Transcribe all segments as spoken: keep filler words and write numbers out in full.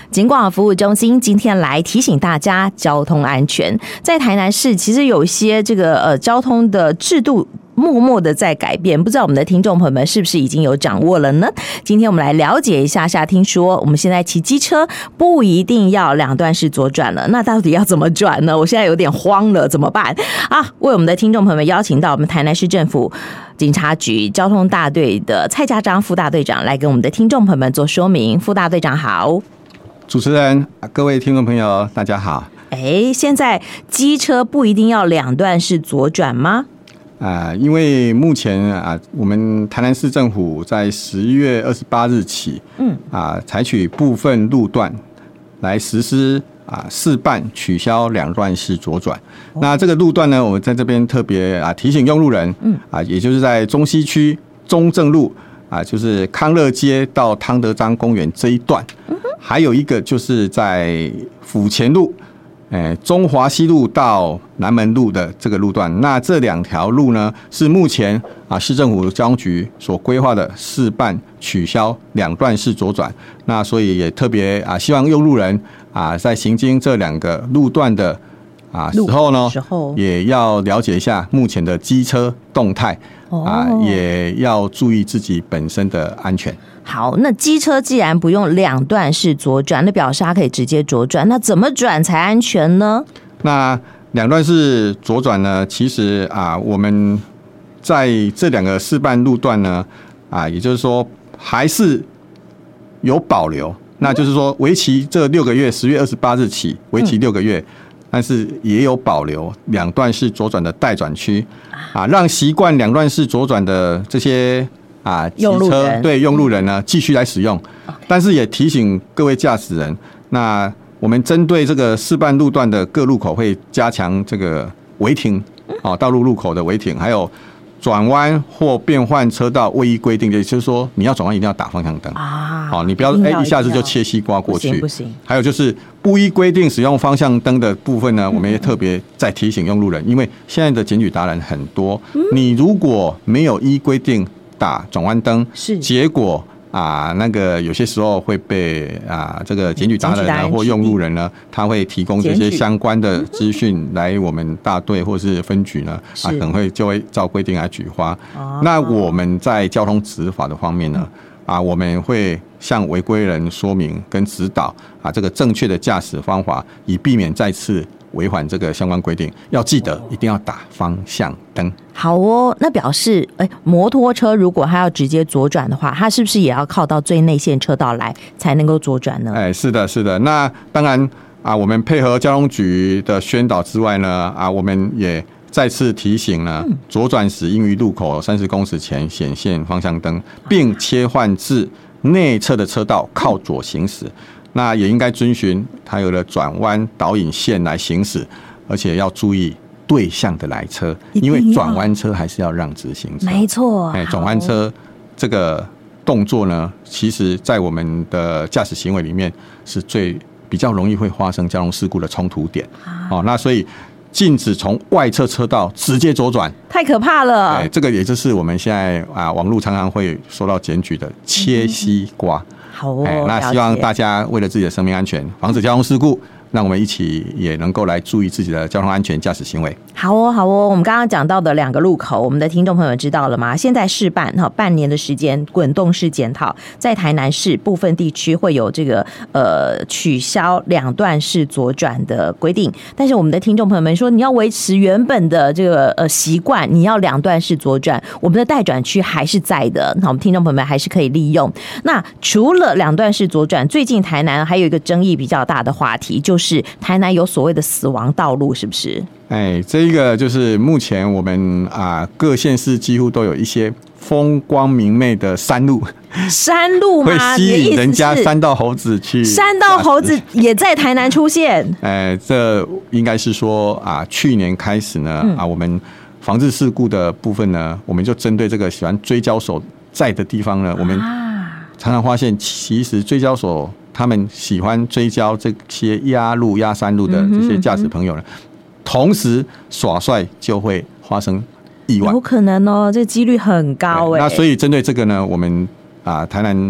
警广服务中心今天来提醒大家交通安全。在台南市，其实有一些这个呃交通的制度默默的在改变，不知道我们的听众朋友们是不是已经有掌握了呢？今天我们来了解一下下，听说我们现在骑机车不一定要两段式左转了，那到底要怎么转呢？我现在有点慌了，怎么办啊？为我们的听众朋友们邀请到我们台南市政府警察局交通大队的蔡家章副大队长来跟我们的听众朋友们做说明。副大队长好。 主持人，各位听众朋友大家好。 哎，现在机车不一定要两段式左转吗？ 啊、呃，因为目前啊，我们台南市政府在十一月二十八日起，嗯啊，采取部分路段来实施啊试办取消两段式左转。哦、那这个路段呢，我们在这边特别啊提醒用路人，嗯啊，也就是在中西区中正路啊，就是康乐街到汤德章公园这一段，嗯、还有一个就是在府前路。诶，中华西路到南门路的这个路段，那这两条路呢，是目前啊市政府交通局所规划的试办取消两段式左转。那所以也特别啊，希望用路人啊，在行经这两个路段的啊时候呢，也要了解一下目前的机车动态啊，也要注意自己本身的安全。 好，那机车既然不用两段式左转，那表示它可以直接左转，那怎么转才安全呢？ 那两段式左转呢，其实啊，我们在这两个试办路段呢，啊，也就是说还是有保留，那就是说为期这六个月，十月二十八日起为期六个月。嗯，但是也有保留两段式左转的待转区，啊，让习惯两段式左转的这些啊机车对用路人呢继续来使用，但是也提醒各位驾驶人，那我们针对这个试办路段的各路口会加强这个违停，啊，道路路口的违停，还有转弯或变换车道未依规定，也就是说你要转弯一定要打方向灯啊，好，你不要哎 一, 一下子就切西瓜过去，不行不行。还有就是不依规定使用方向灯的部分呢，我们也特别再提醒用路人，因为现在的检举达人很多，你如果没有依规定打转弯灯，是结果啊，那个有些时候会被啊这个检举达人呢或用路人呢，他会提供这些相关的资讯来我们大队或是分局呢，啊可能会就会照规定来举发。哦、那我们在交通执法的方面呢，啊我们会向违规人说明跟指导啊这个正确的驾驶方法，以避免再次违反这个相关规定。要记得一定要打方向灯。 好哦，那表示，哎，摩托车如果它要直接左转的话，它是不是也要靠到最内线车道来才能够左转呢？ 哎，是的，是的。那当然啊，我们配合交通局的宣导之外呢，啊，我们也再次提醒呢，嗯、左转时应于路口三十公尺前显现方向灯，并切换至内侧的车道靠左行驶。那也应该遵循它有了转弯导引线来行驶，而且要注意对向的来车，因为转弯车还是要让直行车。 没错， 哎，转弯车这个动作呢，其实在我们的驾驶行为里面是最比较容易会发生交通事故的冲突点。哦，那所以禁止从外侧车道直接左转， 太可怕了。 哎，这个也就是我们现在啊网络常常会收到检举的切西瓜。嗯好哦， 那希望大家为了自己的生命安全，防止交通事故，让我们一起也能够来注意自己的交通安全驾驶行为。 好哦，好哦，我们刚刚讲到的两个路口，我们的听众朋友知道了吗？现在试办哈，半年的时间滚动式检讨，在台南市部分地区会有这个呃取消两段式左转的规定，但是我们的听众朋友们说，你要维持原本的这个呃习惯，你要两段式左转，我们的待转区还是在的，那我们听众朋友们还是可以利用。那除了两段式左转，最近台南还有一个争议比较大的话题，就是台南有所谓的死亡道路，是不是？ 哎，这一个就是目前我们啊各县市几乎都有一些风光明媚的山路， 山路吗？ 会吸引人家山道猴子去。 山道猴子也在台南出现。 哎，这应该是说啊，去年开始呢，嗯、啊，我们防治事故的部分呢，我们就针对这个喜欢追交手在的地方呢，我们常常发现，其实追交手他们喜欢追交这些压路、压山路的这些驾驶朋友呢。嗯嗯嗯同时耍帅就会发生意外， 有可能哦，这个几率很高哎。 那所以针对这个呢，我们啊台南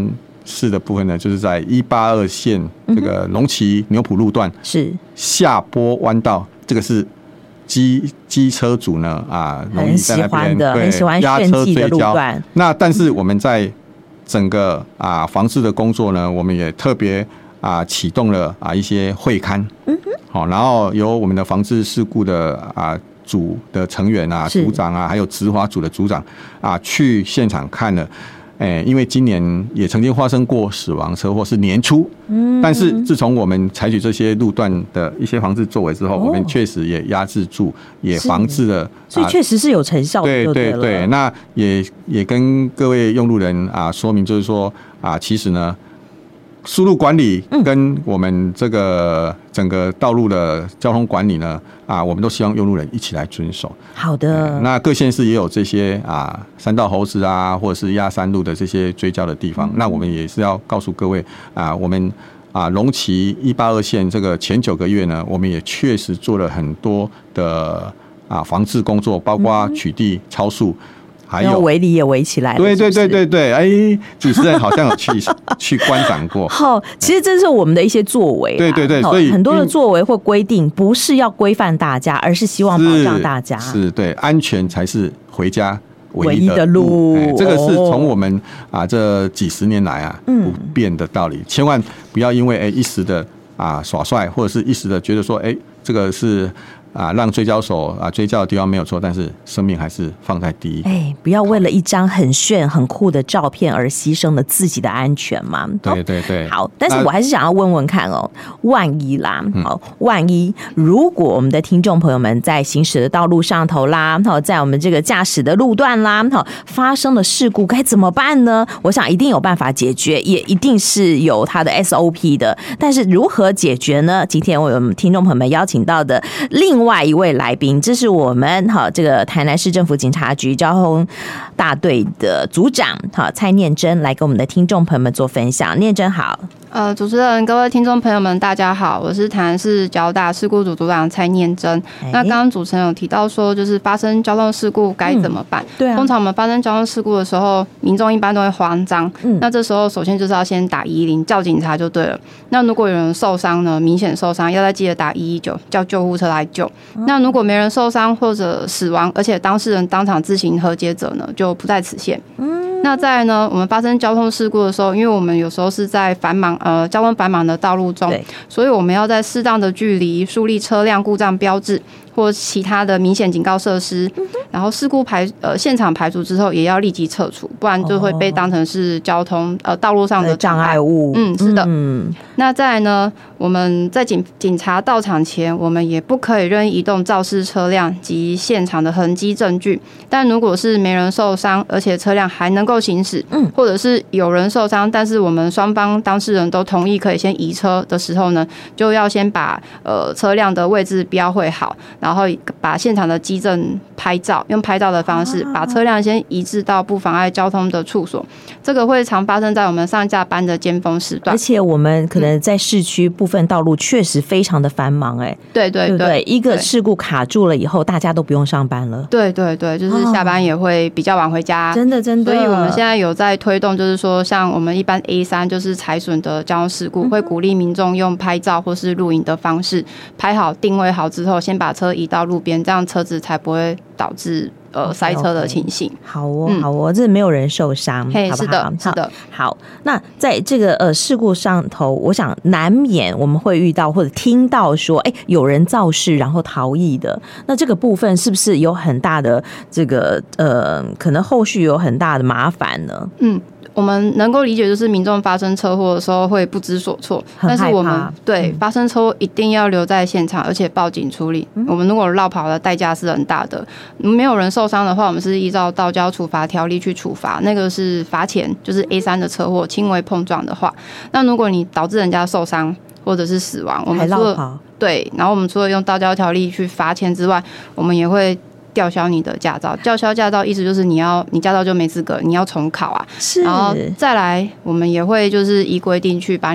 市的部分呢，就是在一八二线这个龙崎牛埔路段是下坡弯道，这个是机机车主呢啊，容易在那边对很喜欢压车追焦。那但是我们在整个啊防治的工作呢，我们也特别啊启动了啊一些会勘，嗯哼，好，然后由我们的防治事故的啊组的成员啊、组长啊，还有执法组的组长啊，去现场看了。哎，因为今年也曾经发生过死亡车祸，是年初。嗯，但是自从我们采取这些路段的一些防治作为之后，哦、我们确实也压制住，也防治了， 所以确实是有成效的。 对对对，那也也跟各位用路人啊说明，就是说啊，其实呢，速路管理跟我们这个整个道路的交通管理呢，啊，我们都希望用路人一起来遵守。 好的， 那各县市也有这些啊，山道猴子啊，或者是压山路的这些追焦的地方。嗯、那我们也是要告诉各位啊，我们啊龙崎一八二线这个前九个月呢，我们也确实做了很多的啊防治工作，包括取缔超速。还有围篱也围起来了， 对对对对对，哎，主持人好像有去去观展过。 好，其实这是我们的一些作为， 对对对，所以很多的作为或规定不是要规范大家，而是希望保障大家。 是，是对，安全才是回家唯一的路。 这个是从我们啊这几十年来啊不变的道理，千万不要因为哎一时的啊耍帅，或者是一时的觉得说哎这个是。啊，让追焦手啊追焦的地方没有错，但是生命还是放在第一。 哎，不要为了一张很炫、很酷的照片而牺牲了自己的安全嘛。 对对对。 好，但是我还是想要问问看哦，万一啦，好，万一如果我们的听众朋友们在行驶的道路上头啦，好，在我们这个驾驶的路段啦，好，发生了事故该怎么办呢？我想一定有办法解决，也一定是有它的 S O P 的。但是如何解决呢？今天我们听众朋友们邀请到的另外另外一位来宾，这是我们哈这个台南市政府警察局交通大队的组长哈蔡念真来跟我们的听众朋友们做分享。念真好。 呃，主持人、各位听众朋友们，大家好，我是台南市交大事故组组长蔡念真。欸、那刚刚主持人有提到说，就是发生交通事故该怎么办？嗯、对啊。通常我们发生交通事故的时候，民众一般都会慌张。嗯。那这时候首先就是要先打一一零叫警察就对了。那如果有人受伤呢，明显受伤，要再记得打一一九叫救护车来救。嗯、那如果没人受伤或者死亡，而且当事人当场自行和解者呢，就不在此限。嗯。那再来呢，我们发生交通事故的时候，因为我们有时候是在繁忙呃交通繁忙的道路中，所以我们要在适当的距离树立车辆故障标志或其他的明显警告设施，嗯、然后事故排呃现场排除之后，也要立即撤除，不然就会被当成是交通呃道路上的障碍物。 嗯，是的。嗯，那再来呢，我们在警警察到场前，我们也不可以任意移动肇事车辆及现场的痕迹证据。但如果是没人受伤，而且车辆还能够行驶，嗯，或者是有人受伤，但是我们双方当事人都同意可以先移车的时候呢，就要先把呃车辆的位置标绘好。然后把现场的机证拍照，用拍照的方式把车辆先移至到不妨碍交通的处所。这个会常发生在我们上下班的尖峰时段， 而且我们可能在市区部分道路确实非常的繁忙、欸，哎， 对对 对, 对，一个事故卡住了以后，大家都不用上班了。 对对对，就是下班也会比较晚回家， 哦、真的真的。 所以我们现在有在推动，就是说像我们一般 A 三就是财损的交通事故，嗯、会鼓励民众用拍照或是录影的方式拍好定位好之后，先把车移到路边，这样车子才不会导致呃塞车的情形。 好哦，好哦，这没有人受伤， 嘿， 好不好？ 是的，是的。 好，那在这个呃事故上头，我想难免我们会遇到或者听到说，哎，有人肇事然后逃逸的，那这个部分是不是有很大的这个呃，可能后续有很大的麻烦呢？嗯。 我们能够理解，就是民众发生车祸的时候会不知所措，但是我们对、嗯、发生车祸一定要留在现场，而且报警处理。嗯、我们如果绕跑的代价是很大的，没有人受伤的话，我们是依照道交处罚条例去处罚，那个是罚钱，就是 A 三 的车祸轻微碰撞的话，那如果你导致人家受伤或者是死亡，我们除了对，然后我们除了用道交条例去罚钱之外，我们也会吊销你的驾照。吊销驾照意思就是你要你驾照就没资格，你要重考啊。 是。 然后再来，我们也会就是依规定去把你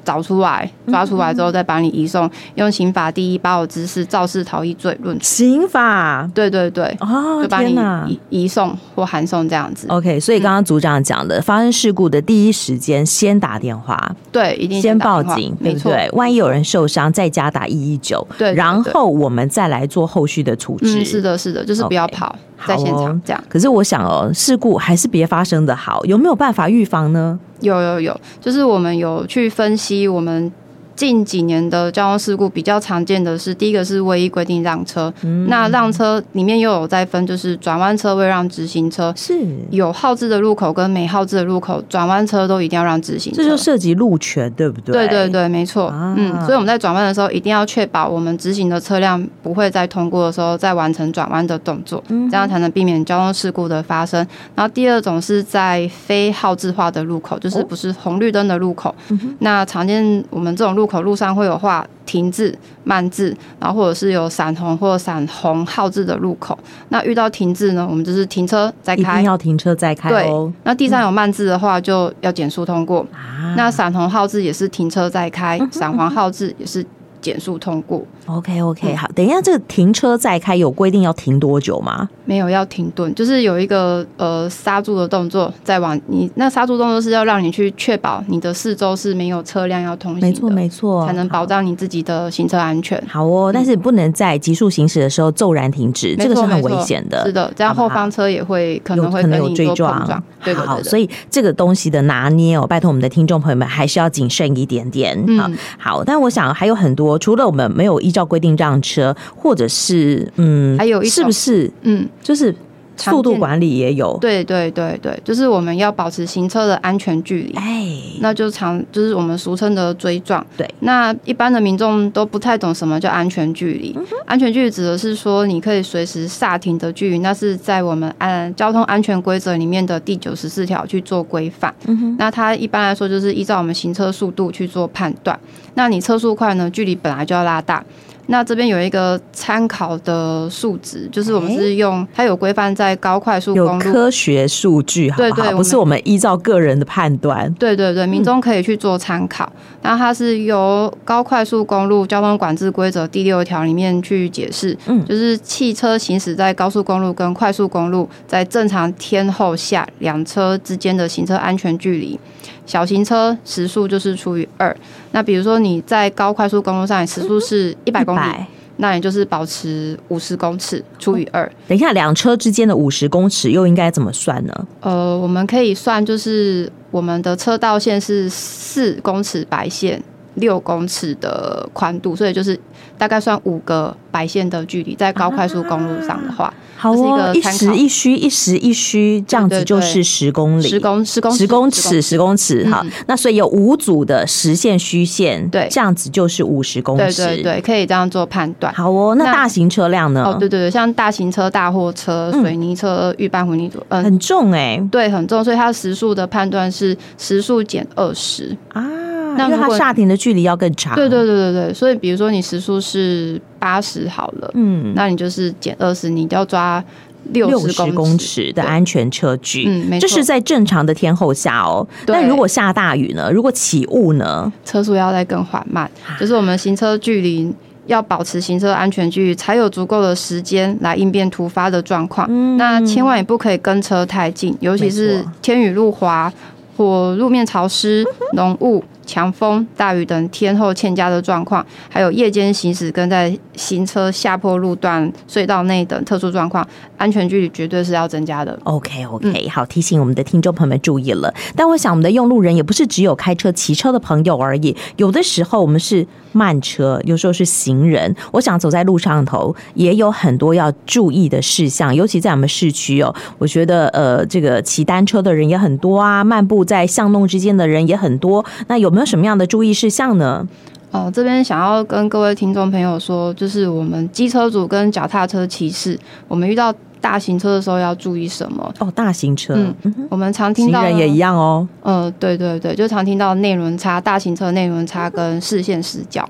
找出来，抓出来之后再把你移送，用刑法第一八五之四肇事逃逸罪论处。 刑法， 对对对， 哦， 就把你移移送或函送这样子。 OK， 所以刚刚组长讲的，嗯、发生事故的第一时间先打电话， 对，一定先报警，对不对？万一有人受伤，再加打一一九，对，然后我们再来做后续的处置。 嗯，是的，是的，就是不要跑。Okay，在现场这样， 可是我想哦，事故还是别发生的好，有没有办法预防呢？ 有有有，就是我们有去分析我们近几年的交通事故比较常见的是，第一个是唯一规定让车，嗯、那让车里面又有在分，就是转弯车位让直行车，是有号志的路口跟没号志的路口，转弯车都一定要让直行车， 这就涉及路权，对不对？ 对对对，没错。啊、嗯，所以我们在转弯的时候一定要确保我们直行的车辆不会在通过的时候再完成转弯的动作，嗯、这样才能避免交通事故的发生。然后第二种是在非号志化的路口，就是不是红绿灯的路口，哦、那常见我们这种路口路上会有画停字、慢字，然后或者是有闪红或者闪红号字的路口。那遇到停字呢，我们就是停车再开， 一定要停车再开哦。 对，那地上有慢字的话，就要减速通过。嗯、那闪红号字也是停车再开，嗯、闪黄号字也是减速通过。 OK OK， 好，等一下，这个停车再开有规定要停多久吗？ 没有，要停顿，就是有一个呃刹住的动作，再往你那刹住动作是要让你去确保你的四周是没有车辆要通行的， 没错没错， 才能保障你自己的行车安全。 好哦，但是不能在急速行驶的时候骤然停止，这个是很危险的。 是的，这样后方车也会可能会跟你做碰撞。对对对， 好，所以这个东西的拿捏哦，拜托我们的听众朋友们还是要谨慎一点点。嗯，好，但我想还有很多，除了我们没有依照规定让车。或者是嗯， 还有一是不是嗯，就是速度管理也有， 对对对对，就是我们要保持行车的安全距离，哎，那就常就是我们俗称的追撞。对，那一般的民众都不太懂什么叫安全距离。嗯、安全距离指的是说你可以随时刹停的距离，那是在我们安交通安全规则里面的第九十四条去做规范。嗯、那它一般来说就是依照我们行车速度去做判断。那你车速快呢，距离本来就要拉大。那这边有一个参考的数值，就是我们是用它有规范在高快速公路， 有科学数据，好不好？对对，不是我们依照个人的判断。 对对对，民众可以去做参考。那、嗯、它是由高快速公路交通管制规则第六条里面去解释，嗯，就是汽车行驶在高速公路跟快速公路在正常天候下两车之间的行车安全距离。小型车时速就是除以二，那比如说你在高快速公路上，你时速是一百公里，那你就是保持五十公尺除以二。 等一下，两车之间的五十公尺又应该怎么算呢？ 呃，我们可以算，就是我们的车道线是四公尺白线，六公尺的宽度，所以就是大概算五个白线的距离，在高快速公路上的话。啊好哦，一时一虚，一时一虚，这样子就是十公里， 十公十公十公尺，十公尺。好，嗯、那所以有五组的实线虚线，对，这样子就是五十公尺。 对对对，可以这样做判断。 好哦，那大型车辆呢？ 哦，对对对，像大型车、大货车、水泥车、预拌混凝土， 嗯，很重哎、欸， 对，很重，所以它时速的判断是时速减二十啊。 因为它刹停的距离要更长。 对对对对对，所以比如说你时速是八十好了，嗯，那你就是减二十，你要抓六十公尺的安全车距，嗯，没错，这是在正常的天候下哦。但如果下大雨呢？如果起雾呢？ 车速要再更缓慢，就是我们行车距离要保持行车安全距离，才有足够的时间来应变突发的状况。嗯、那千万也不可以跟车太近，尤其是天雨路滑或路面潮湿、浓雾、强风、大雨等天候欠佳的状况，还有夜间行驶跟在行车下坡路段、隧道内等特殊状况，安全距离绝对是要增加的。 OK OK，、嗯、好，提醒我们的听众朋友们注意了。但我想，我们的用路人也不是只有开车、骑车的朋友而已，有的时候我们是慢车，有时候是行人。我想走在路上头也有很多要注意的事项，尤其在我们市区哦，我觉得呃，这个骑单车的人也很多啊，漫步在巷弄之间的人也很多。那有没有什么样的注意事项呢？ 哦，这边想要跟各位听众朋友说，就是我们机车主跟脚踏车骑士，我们遇到大型车的时候要注意什么？ 哦，大型车， 嗯，我们常听到行人也一样哦。 呃，对对对，就常听到内轮差，大型车内轮差跟视线死角。 对。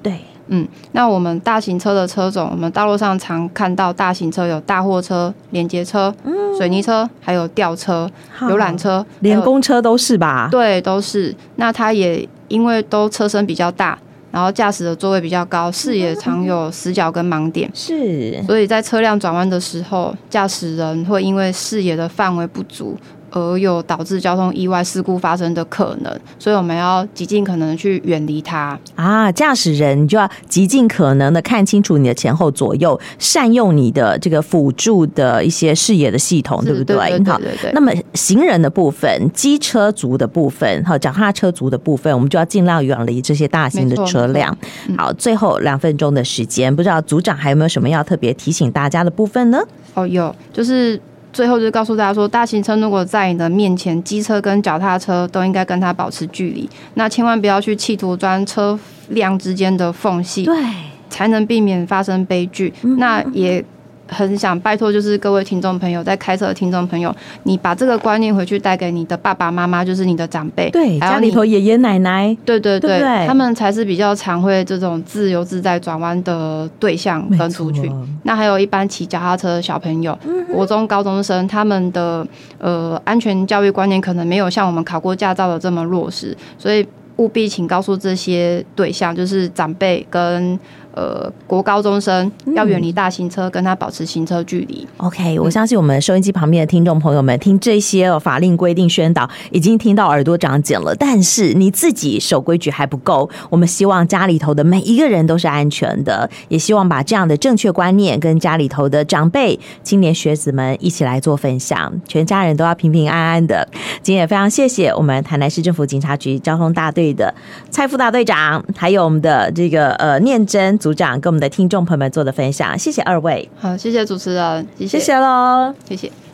嗯，那我们大型车的车种，我们道路上常看到大型车有大货车、连接车、嗯、水泥车，还有吊车、游览车， 连公车都是吧？ 对，都是。那它也因为都车身比较大，然后驾驶的座位比较高，视野常有死角跟盲点， 是， 所以在车辆转弯的时候，驾驶人会因为视野的范围不足，而有导致交通意外事故发生的可能，所以我们要极尽可能去远离它啊。驾驶人你就要极尽可能的看清楚你的前后左右，善用你的这个辅助的一些视野的系统，对不对？ 对对对对对。 那么行人的部分、机车族的部分、好脚踏车族的部分，我们就要尽量远离这些大型的车辆。好，最后两分钟的时间，不知道组长还有没有什么要特别提醒大家的部分呢？ 哦，有，就是最后就是告诉大家说，大型车如果在你的面前，机车跟脚踏车都应该跟它保持距离，那千万不要去企图钻车辆之间的缝隙， 对， 才能避免发生悲剧。嗯、那也很想拜托，就是各位听众朋友，在开车的听众朋友，你把这个观念回去带给你的爸爸妈妈，就是你的长辈， 对，家里头爷爷奶奶， 对对 对, 对, 对， 他们才是比较常会这种自由自在转弯的对象跟族群。那还有一般骑脚踏车的小朋友，嗯、国中高中生，他们的呃安全教育观念可能没有像我们考过驾照的这么落实，所以务必请告诉这些对象，就是长辈跟呃，国高中生要远离大型车，跟他保持行车距离。 OK， 我相信我们收音机旁边的听众朋友们，听这些法令规定宣导，已经听到耳朵长茧了。但是你自己守规矩还不够，我们希望家里头的每一个人都是安全的，也希望把这样的正确观念跟家里头的长辈、青年学子们一起来做分享，全家人都要平平安安的。今天也非常谢谢我们台南市政府警察局交通大队的蔡副大队长，还有我们的这个呃念真组长跟我们的听众朋友们做的分享，谢谢二位。 好，谢谢主持人，谢谢， 谢谢喽， 谢谢。